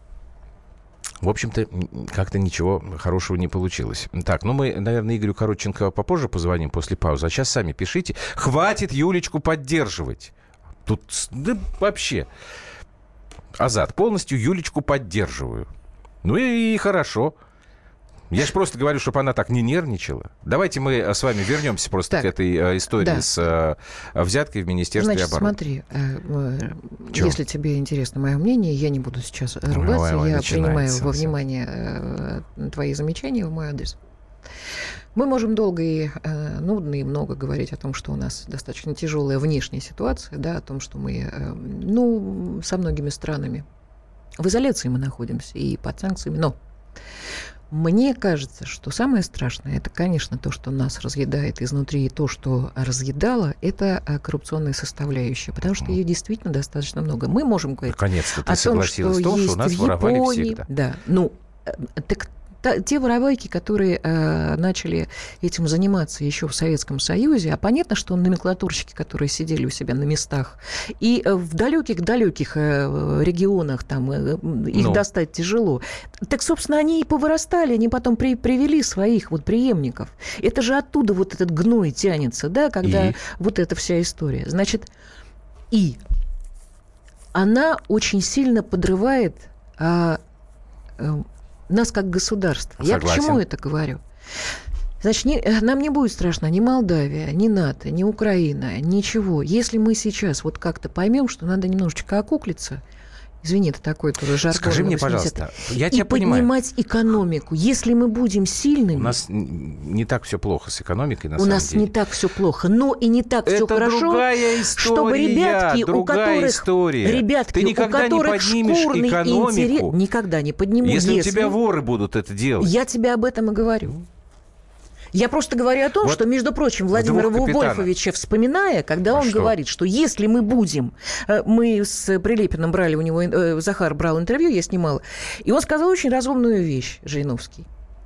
В общем-то, как-то ничего хорошего не получилось. Так, ну мы, наверное, Игорю Коротченко попозже позвоним после паузы. А сейчас сами пишите. Хватит Юлечку поддерживать. Тут да, вообще. Азат, полностью Юлечку поддерживаю. Ну и, и хорошо. Я же просто говорю, чтобы она так не нервничала. Давайте мы с вами вернемся просто так, к этой э, истории да. с э, взяткой в Министерстве Значит, обороны. Смотри, э, если тебе интересно мое мнение, я не буду сейчас ругаться. Ой, ой, я принимаю во внимание э, твои замечания в мой адрес. Мы можем долго и э, нудно и много говорить о том, что у нас достаточно тяжелая внешняя ситуация, да, о том, что мы, э, ну, со многими странами в изоляции мы находимся и под санкциями, но Мне кажется, что самое страшное, это, конечно, то, что нас разъедает изнутри, и то, что разъедало, это коррупционная составляющая, потому что ее действительно достаточно много. Мы можем говорить Наконец-то ты о том, согласилась что с том, есть что у нас в воровали Японии. всегда. Да, ну, так та, те воровайки, которые э, начали этим заниматься еще в Советском Союзе, а понятно, что номенклатурщики, которые сидели у себя на местах, и э, в далеких-далеких э, регионах там э, их ну. достать тяжело. Так, собственно, они и повырастали, они потом при, привели своих вот преемников. Это же оттуда вот этот гной тянется, да, когда и? вот эта вся история. Значит, и она очень сильно подрывает а, а, нас как государство. Согласен. Я к чему это говорю? Значит, не, нам не будет страшно ни Молдавия, ни НАТО, ни Украина, ничего. Если мы сейчас вот как-то поймем, что надо немножечко окуклиться, извини, это такой тоже жаргон. Скажи мне, пожалуйста, я и тебя понимаю. поднимать экономику. Если мы будем сильными... У нас не так все плохо с экономикой, на у самом нас деле. не так все плохо, но и не так все хорошо, другая история, чтобы ребятки, другая у которых, история. ребятки, Ты никогда у которых не поднимешь шкурный экономику, интерес... Никогда не подниму. Если, если у тебя воры будут это делать. Я тебе об этом и говорю. Я просто говорю о том, вот что, между прочим, Владимира Вольфовича вспоминая, когда а он что? говорит, что если мы будем... Мы с Прилепиным брали у него... Э, Захар брал интервью, я снимала. И он сказал очень разумную вещь, Жириновский.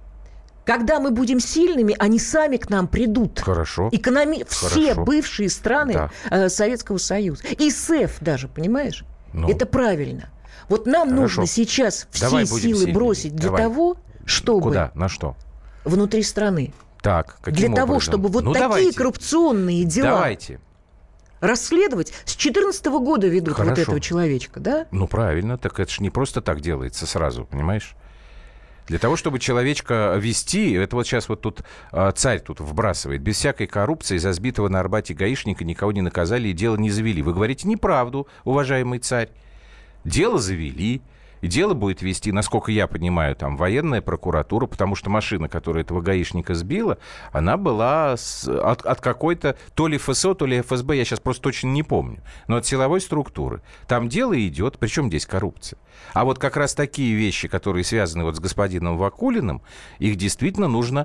Когда мы будем сильными, они сами к нам придут. Хорошо. Экономи... Все Хорошо. бывшие страны Да. э, Советского Союза. И СЭФ даже, понимаешь? Ну. Это правильно. Вот нам Хорошо. нужно сейчас все Давай будем силы сильными. бросить для Давай. того, чтобы... Куда? На что? Внутри страны. Так, каким Для образом? того, чтобы вот ну, такие давайте. коррупционные дела Давайте. расследовать. С две тысячи четырнадцатого года ведут Хорошо. вот этого человечка, да? Ну, правильно, так это же не просто так делается сразу, понимаешь? Для того, чтобы человечка вести, это вот сейчас вот тут а, царь тут вбрасывает, без всякой коррупции за сбитого на Арбате гаишника никого не наказали и дело не завели. Вы говорите неправду, уважаемый царь. Дело завели. И дело будет вести, насколько я понимаю, там, военная прокуратура, потому что машина, которая этого гаишника сбила, она была с, от, от какой-то то ли ФСО, то ли эф эс бэ, я сейчас просто точно не помню, но от силовой структуры. Там дело идет, причем здесь коррупция. А вот как раз такие вещи, которые связаны вот с господином Вакулиным, их действительно нужно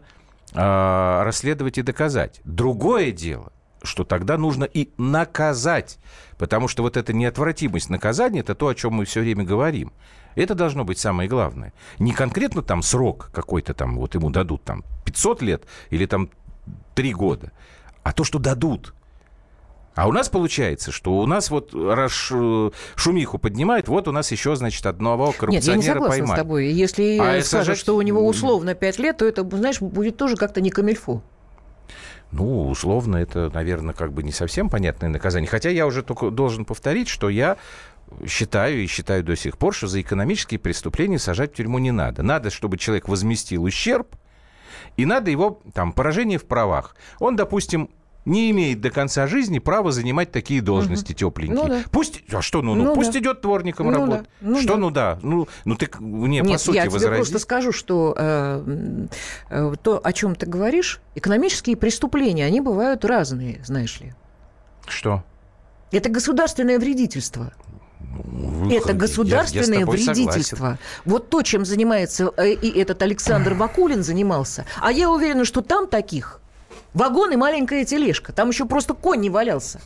э, расследовать и доказать. Другое дело, что тогда нужно и наказать, потому что вот эта неотвратимость наказания, это то, о чем мы все время говорим. Это должно быть самое главное. Не конкретно там срок какой-то там, вот ему дадут там пятьсот лет или там три года, а то, что дадут. А у нас получается, что у нас вот раз шумиху поднимают, вот у нас еще, значит, одного коррупционера поймали. Нет, я не согласна поймали. с тобой. Если а скажут, сажать... что у него условно пять лет, то это, знаешь, будет тоже как-то не камильфо. Ну, условно, это, наверное, как бы не совсем понятное наказание. Хотя я уже только должен повторить, что я считаю и считаю до сих пор, что за экономические преступления сажать в тюрьму не надо. Надо, чтобы человек возместил ущерб, и надо его, там, поражение в правах. Он, допустим, не имеет до конца жизни права занимать такие должности угу. тепленькие. Ну, да. Пусть, а что, ну, ну, ну пусть да. идет дворником ну, работать. Да. Ну, что, да. ну да, ну, ну ты мне Нет, по сути я возрази. тебе просто скажу, что э, э, то, о чем ты говоришь, экономические преступления, они бывают разные, знаешь ли. Что? Это государственное вредительство. Ну, это государственное я, я вредительство. Согласен. Вот то, чем занимается э, и этот Александр Вакулин занимался. А я уверена, что там таких вагон и маленькая тележка. Там еще просто конь не валялся.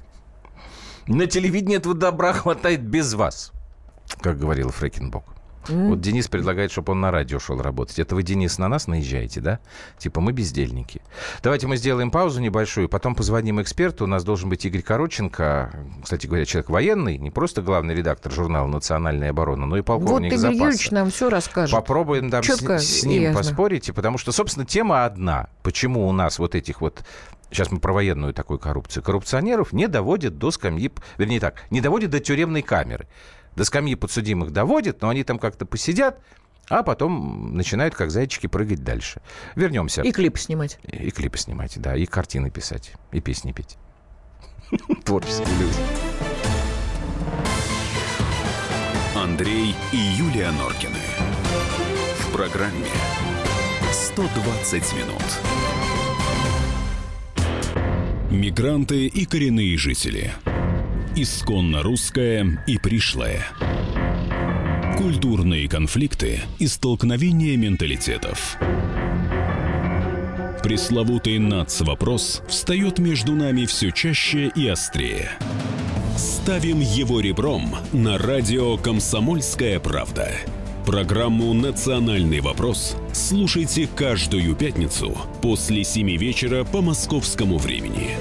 На телевидении этого добра хватает без вас, как говорил Фрекенбок. Mm. Вот Денис предлагает, чтобы он на радио шел работать. Это вы, Денис, на нас наезжаете, да? Типа мы бездельники. Давайте мы сделаем паузу небольшую, потом позвоним эксперту. У нас должен быть Игорь Коротченко. Кстати говоря, человек военный, не просто главный редактор журнала «Национальная оборона», но и полковник вот запаса. Вот Игорь Юрьевич нам все расскажет. Попробуем там с, с ним поспорить, потому что, собственно, тема одна. Почему у нас вот этих вот... Сейчас мы про военную такую коррупцию. Коррупционеров не доводят до скамьи... Вернее так, не доводят до тюремной камеры. До скамьи подсудимых доводят, но они там как-то посидят, а потом начинают, как зайчики, прыгать дальше. Вернемся. И клипы снимать. И, и клипы снимать, да, и картины писать, и песни петь. Творческие люди. Андрей и Юлия Норкины. В программе сто двадцать минут. Мигранты и коренные жители. Исконно русское и пришлое. Культурные конфликты и столкновения менталитетов. Пресловутый нацвопрос встает между нами все чаще и острее. Ставим его ребром на радио «Комсомольская правда». Программу «Национальный вопрос» слушайте каждую пятницу после семи вечера по московскому времени.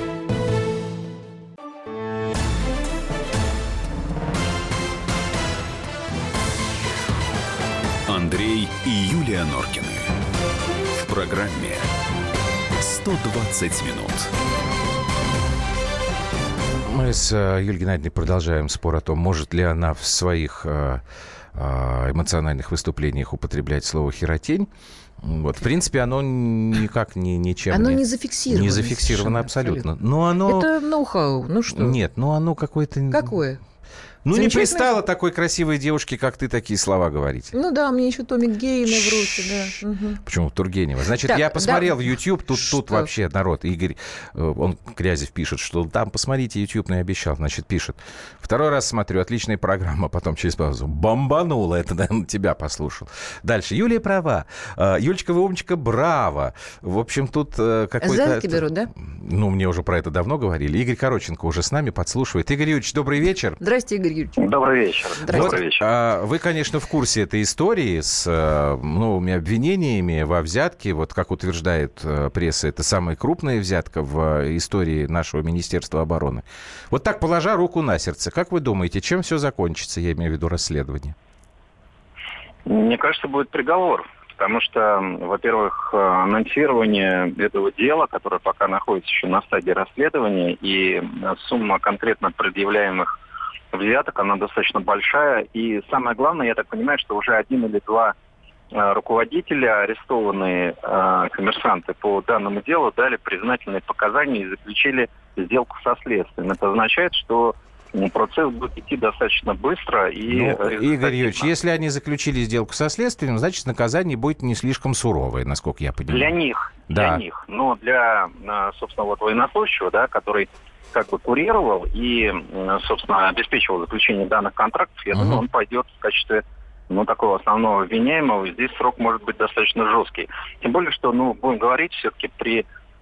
Андрей и Юлия Норкины. В программе «сто двадцать минут». Мы с Юлией Геннадьевной продолжаем спор о том, может ли она в своих эмоциональных выступлениях употреблять слово «херотень». Вот, в принципе, оно никак не, ничем оно не, не зафиксировано. Не зафиксировано абсолютно. абсолютно. Но оно... Это ноу-хау. Ну что? Нет, ну оно какое-то... Какое? Ну, не пристало такой красивой девушке, как ты, такие слова говорить. Ну да, мне еще Томик Гейна в руки, да. Угу. Почему Тургенева? Значит, так, я посмотрел да. в YouTube, тут, тут вообще народ, Игорь, он, Крязев, пишет, что там, посмотрите, YouTube не обещал, значит, пишет. Второй раз смотрю, отличная программа, потом через паузу. Бомбануло, это, наверное, тебя послушал. Дальше, Юлия права. Юлечка, вы умничка, браво. В общем, тут какой-то... За руки берут, да? Ну, мне уже про это давно говорили. Игорь Короченко уже с нами подслушивает. Игорь Юрьевич, добрый вечер. Здрасте, Игорь Юрьевич. Добрый вечер. Добрый вечер. А, вы, конечно, в курсе этой истории с новыми обвинениями во взятке. Вот, как утверждает пресса, это самая крупная взятка в истории нашего Министерства обороны. Вот так, положа руку на сердце, как вы думаете, чем все закончится? Я имею в виду расследование. Мне кажется, будет приговор. Потому что, во-первых, анонсирование этого дела, которое пока находится еще на стадии расследования, и сумма конкретно предъявляемых взяток, она достаточно большая. И самое главное, я так понимаю, что уже один или два э, руководителя, арестованные э, коммерсанты по данному делу, дали признательные показания и заключили сделку со следствием. Это означает, что ну, процесс будет идти достаточно быстро. И ну, Игорь Юрьевич, если они заключили сделку со следствием, значит, наказание будет не слишком суровое, насколько я понимаю. Для них. Да. Для них. Но для, собственно, вот военнослужащего, да, который как бы курировал и, собственно, обеспечивал заключение данных контрактов, я uh-huh. думаю, он пойдет в качестве, ну, такого основного обвиняемого. Здесь срок может быть достаточно жесткий. Тем более, что, ну, будем говорить, все-таки при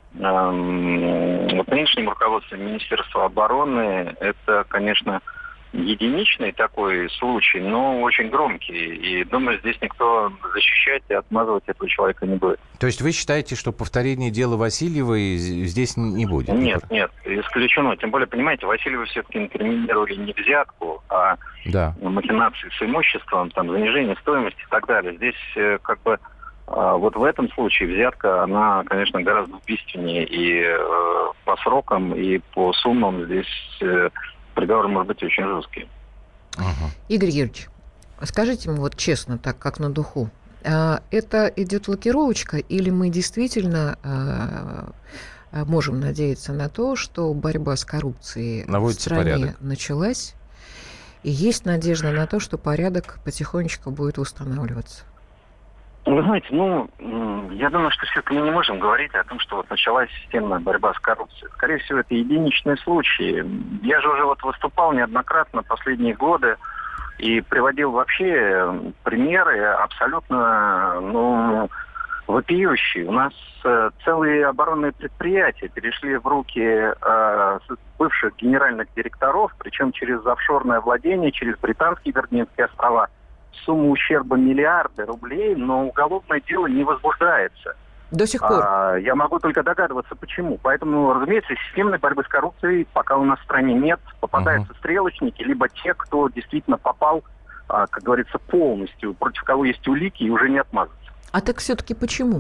эм, вот нынешнем руководстве Министерства обороны это, конечно, единичный такой случай, но очень громкий. И, думаю, здесь никто защищать и отмазывать этого человека не будет. То есть вы считаете, что повторение дела Васильевой здесь не будет? Нет, нет, исключено. Тем более, понимаете, Васильеву все-таки инкриминировали не взятку, а да. махинации с имуществом, там, занижение стоимости и так далее. Здесь как бы вот в этом случае взятка, она, конечно, гораздо убийственнее и по срокам, и по суммам здесь... приговор может быть очень жесткий. Ага. Игорь Юрьевич, скажите мне вот честно, так как на духу, это идет лакировочка или мы действительно можем надеяться на то, что борьба с коррупцией наводится в стране порядок. Началась, и есть надежда на то, что порядок потихонечку будет устанавливаться? Вы знаете, ну, я думаю, что все-таки мы не можем говорить о том, что вот началась системная борьба с коррупцией. Скорее всего, это единичные случаи. Я же уже вот выступал неоднократно последние годы и приводил вообще примеры абсолютно, ну, вопиющие. У нас э, целые оборонные предприятия перешли в руки э, бывших генеральных директоров, причем через офшорное владение, через британские Виргинские острова. Сумма ущерба миллиарды рублей, но уголовное дело не возбуждается. До сих пор? А, я могу только догадываться, почему. Поэтому, разумеется, системной борьбы с коррупцией пока у нас в стране нет. Попадаются uh-huh. стрелочники, либо те, кто действительно попал, а, как говорится, полностью, против кого есть улики и уже не отмазаться. А так все-таки почему?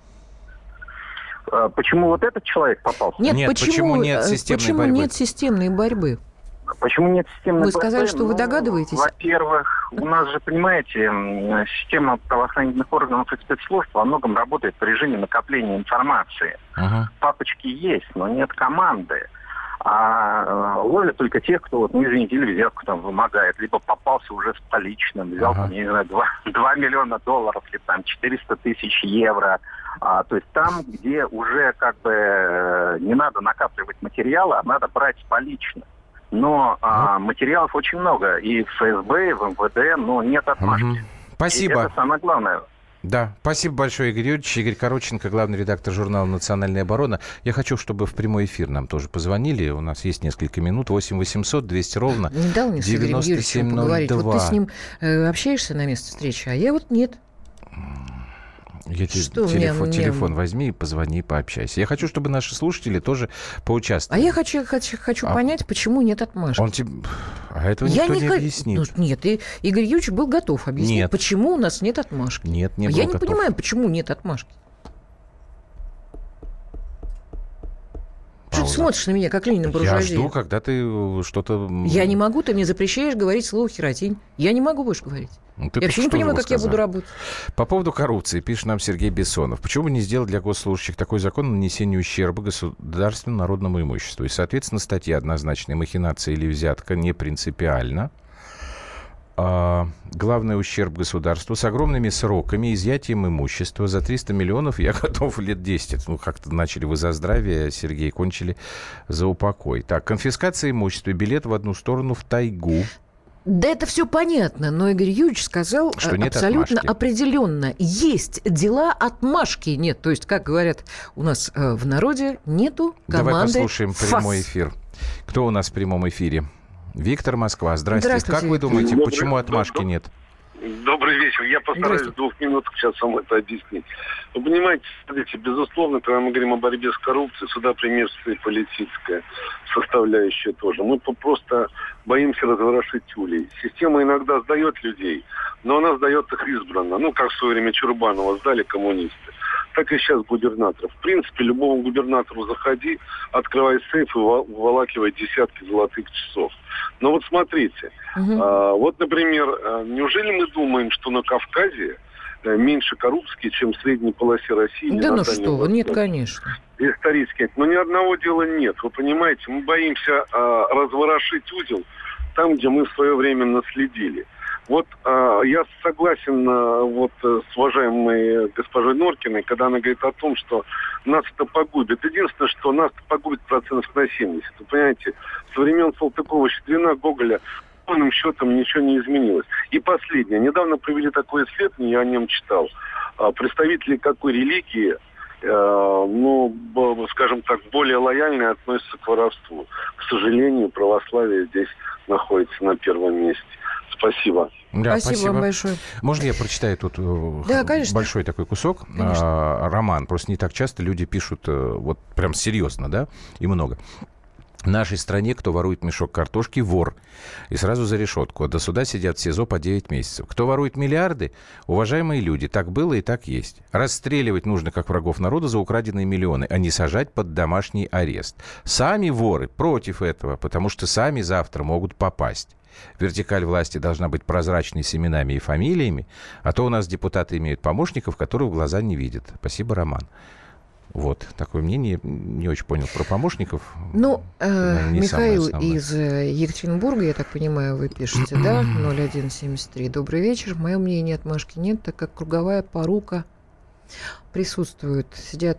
А, почему вот этот человек попался? Нет, нет почему, почему нет системной почему борьбы? нет системной борьбы? Почему нет системной борьбы? Вы сказали, что ну, вы догадываетесь. Во-первых, у нас же, понимаете, система правоохранительных органов и спецслужб во многом работает в режиме накопления информации. Uh-huh. Папочки есть, но нет команды. А э, ловят только тех, кто, вот, ну, извините, или взятку там вымогает, либо попался уже с поличным, взял, uh-huh. не знаю, два миллиона долларов, или там четыреста тысяч евро. А, то есть там, где уже как бы не надо накапливать материалы, а надо брать с поличным. но а, материалов очень много. И в ФСБ, и в МВД, но нет отмашки. Угу. Спасибо. И это самое главное. Да, спасибо большое, Игорь Юрьевич. Игорь Коротченко, главный редактор журнала «Национальная оборона». Я хочу, чтобы в прямой эфир нам тоже позвонили. У нас есть несколько минут. восемь восемьсот двести ровно Не дал мне с Игорем Юрьевичем поговорить. Вот ты с ним э, общаешься на месте встречи, а я вот нет. Я Что телефон, мне, телефон мне... возьми и позвони, пообщайся. Я хочу, чтобы наши слушатели тоже поучаствовали. А я хочу, хочу, хочу а... понять, почему нет отмашки. Он тебе... А этого никто я не, не объяснит. Ну, нет, и Игорь Юрьевич был готов объяснить, нет. почему у нас нет отмашки. Нет, не а был Я готов. не понимаю, почему нет отмашки. Что ты смотришь на меня, как Ленин буржуазия? Я жду, когда ты что-то... Я не могу, ты мне запрещаешь говорить слово «херотень». Я не могу больше говорить. Ну, ты я вообще не понимаю, как сказал. Я буду работать. По поводу коррупции пишет нам Сергей Бессонов. Почему бы не сделать для госслужащих такой закон о нанесении ущерба государственному народному имуществу? И, соответственно, статья однозначная махинация или взятка не принципиально. А, главный ущерб государству с огромными сроками, изъятием имущества за триста миллионов. Я готов лет десять. Ну, как-то начали вы за здравие, Сергей, кончили за упокой. Так, конфискация имущества, билет в одну сторону в тайгу. Да это все понятно, но Игорь Юрьевич сказал что нет абсолютно отмашки. Определенно. Есть дела, отмашки нет. То есть, как говорят у нас э, в народе, нету команды. Давай послушаем ФАС. Прямой эфир. Кто у нас в прямом эфире? Виктор, Москва. Здравствуйте. Здравствуйте. Как вы думаете, Добрый, почему отмашки нет? Добрый вечер. Я постараюсь в двух минутах сейчас вам это объяснить. Вы понимаете, смотрите, безусловно, когда мы говорим о борьбе с коррупцией, сюда примешивается и политическая составляющая тоже. Мы просто боимся разворошить улей. Система иногда сдает людей, но она сдает их избранно. Ну, как в свое время Чурбанова сдали коммунисты. Так и сейчас губернаторов. В принципе, любому губернатору заходи, открывай сейф и выволакивай десятки золотых часов. Но вот смотрите, угу. а, вот, например, неужели мы думаем, что на Кавказе меньше коррупции, чем в средней полосе России? Да ну что вы, нет, конечно. Исторически. Но ни одного дела нет. Вы понимаете, мы боимся а, разворошить узел там, где мы в свое время наследили. Вот э, я согласен э, вот, с уважаемой госпожой Норкиной, когда она говорит о том, что нас это погубит. Единственное, что нас это погубит процентов на семьдесят. Вы понимаете, со времен Салтыкова, Щедрина, Гоголя полным счетом ничего не изменилось. И последнее. Недавно провели такое исследование, я о нем читал. Э, представители какой религии, э, ну, б, скажем так, более лояльно относятся к воровству. К сожалению, православие здесь находится на первом месте. Спасибо. Да, спасибо. Спасибо вам большое. Можно я прочитаю тут да, большой такой кусок? А, роман. Просто не так часто люди пишут вот прям серьезно, да, и много. В нашей стране кто ворует мешок картошки – вор. И сразу за решетку. А до суда сидят в СИЗО по девять месяцев. Кто ворует миллиарды? Уважаемые люди, так было и так есть. Расстреливать нужно как врагов народа за украденные миллионы, а не сажать под домашний арест. Сами воры против этого, потому что сами завтра могут попасть. Вертикаль власти должна быть прозрачной с именами и фамилиями, а то у нас депутаты имеют помощников, которые в глаза не видят. Спасибо, Роман. Вот, такое мнение. Не очень понял про помощников. Ну, э, Михаил из Екатеринбурга, я так понимаю, вы пишете, да? ноль один семьдесят три. Добрый вечер. Мое мнение, отмашки нет, так как круговая порука присутствует. Сидят,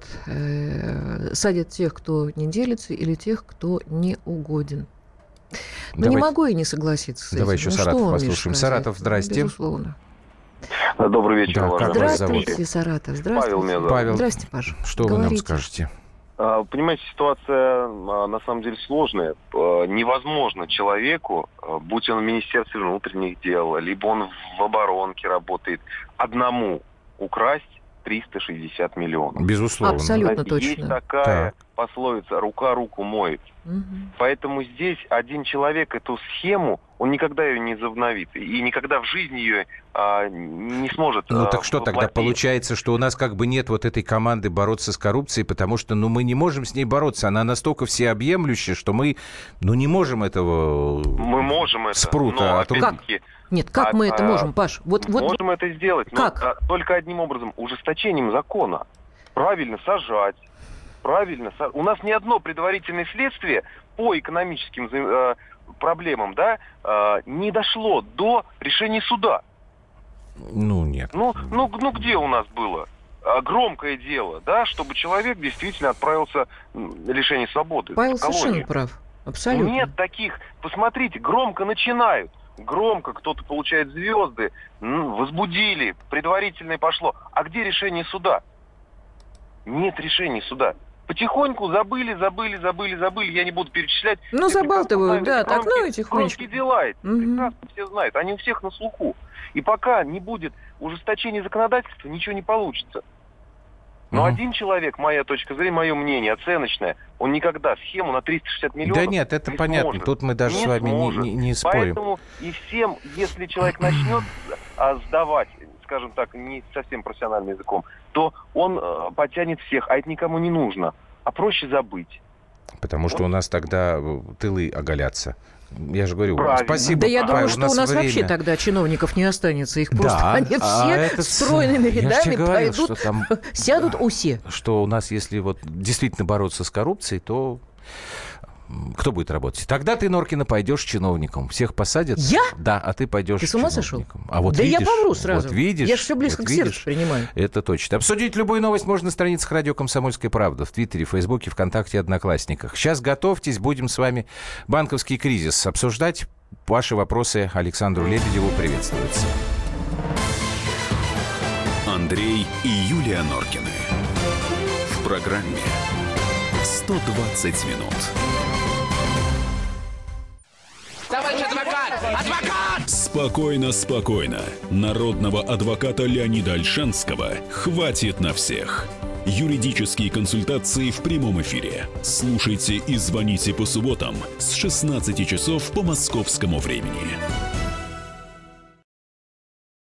э, садят тех, кто не делится, или тех, кто не угоден. Ну, Давайте... не могу и не согласиться с этим. Давай еще ну, Саратов послушаем. Саратов, здрасте. Безусловно. Добрый вечер. Да, уважаемый. Здравствуйте, Саратов. Здравствуйте. Павел меня зовут. Павел, Здравствуйте, Паша. Что Говорите. вы нам скажете? Понимаете, ситуация на самом деле сложная. Невозможно человеку, будь он в Министерстве внутренних дел, либо он в оборонке работает, одному украсть триста шестьдесят миллионов. Безусловно. Абсолютно Знаете, точно. есть такая да. пословица «рука руку моет». Угу. Поэтому здесь один человек эту схему, он никогда ее не возобновит. И никогда в жизни ее а, не сможет Ну а, так что воплотить. тогда получается, что у нас как бы нет вот этой команды бороться с коррупцией, потому что ну, мы не можем с ней бороться. Она настолько всеобъемлющая, что мы ну, не можем этого мы можем это, спрута. Но, а то... Как? Нет, как а, мы это можем, Паш? Вот, вот... Можем это сделать, как? но а, только одним образом, ужесточением закона. Правильно сажать. Правильно. У нас ни одно предварительное следствие по экономическим э, проблемам, да, э, не дошло до решения суда. Ну, нет. Ну, ну, ну где у нас было громкое дело, да, чтобы человек действительно отправился лишение свободы. Павел в колонию. совершенно прав. Абсолютно. Нет таких. Посмотрите, громко начинают. Громко кто-то получает звезды, возбудили, предварительное пошло. А где решение суда? Нет решения суда. Потихоньку забыли, забыли, забыли, забыли. Я не буду перечислять. Ну, забалтывают, да, так, ну и тихонечко. Громкие дела, это угу. прекрасно все знают. Они у всех на слуху. И пока не будет ужесточения законодательства, ничего не получится. Но угу. один человек, моя точка зрения, мое мнение, оценочное, он никогда схему на триста шестьдесят миллионов Да нет, это не понятно. сможет. Тут мы даже не с вами не, не, не спорим. Поэтому и всем, если человек начнет сдавать, скажем так, не совсем профессиональным языком, то он э, потянет всех, а это никому не нужно. А проще забыть. Потому что у нас тогда тылы оголятся. Я же говорю, Правильно. Спасибо. Да я думаю, Павел, что у нас, у нас вообще тогда чиновников не останется. Их просто да, они а все стройными рядами говорил, пойдут, там, сядут усе. Что у нас, если вот действительно бороться с коррупцией, то кто будет работать? Тогда ты, Норкина, пойдешь чиновником. Всех посадят. Я? Да, а ты пойдешь Ты с ума сошел? А вот да видишь, я помру сразу. Вот видишь, я же все близко вот к сердцу видишь, принимаю. Это точно. Обсудить любую новость можно на страницах радио «Комсомольская правда» в Твиттере, Фейсбуке, ВКонтакте, Одноклассниках. Сейчас готовьтесь, будем с вами банковский кризис обсуждать. Ваши вопросы Александру Лебедеву приветствуются. Андрей и Юлия Норкины. В программе сто двадцать минут. Товарищ адвокат! Адвокат! Спокойно, спокойно. Народного адвоката Леонида Ольшанского хватит на всех. Юридические консультации в прямом эфире. Слушайте и звоните по субботам с шестнадцати часов по московскому времени.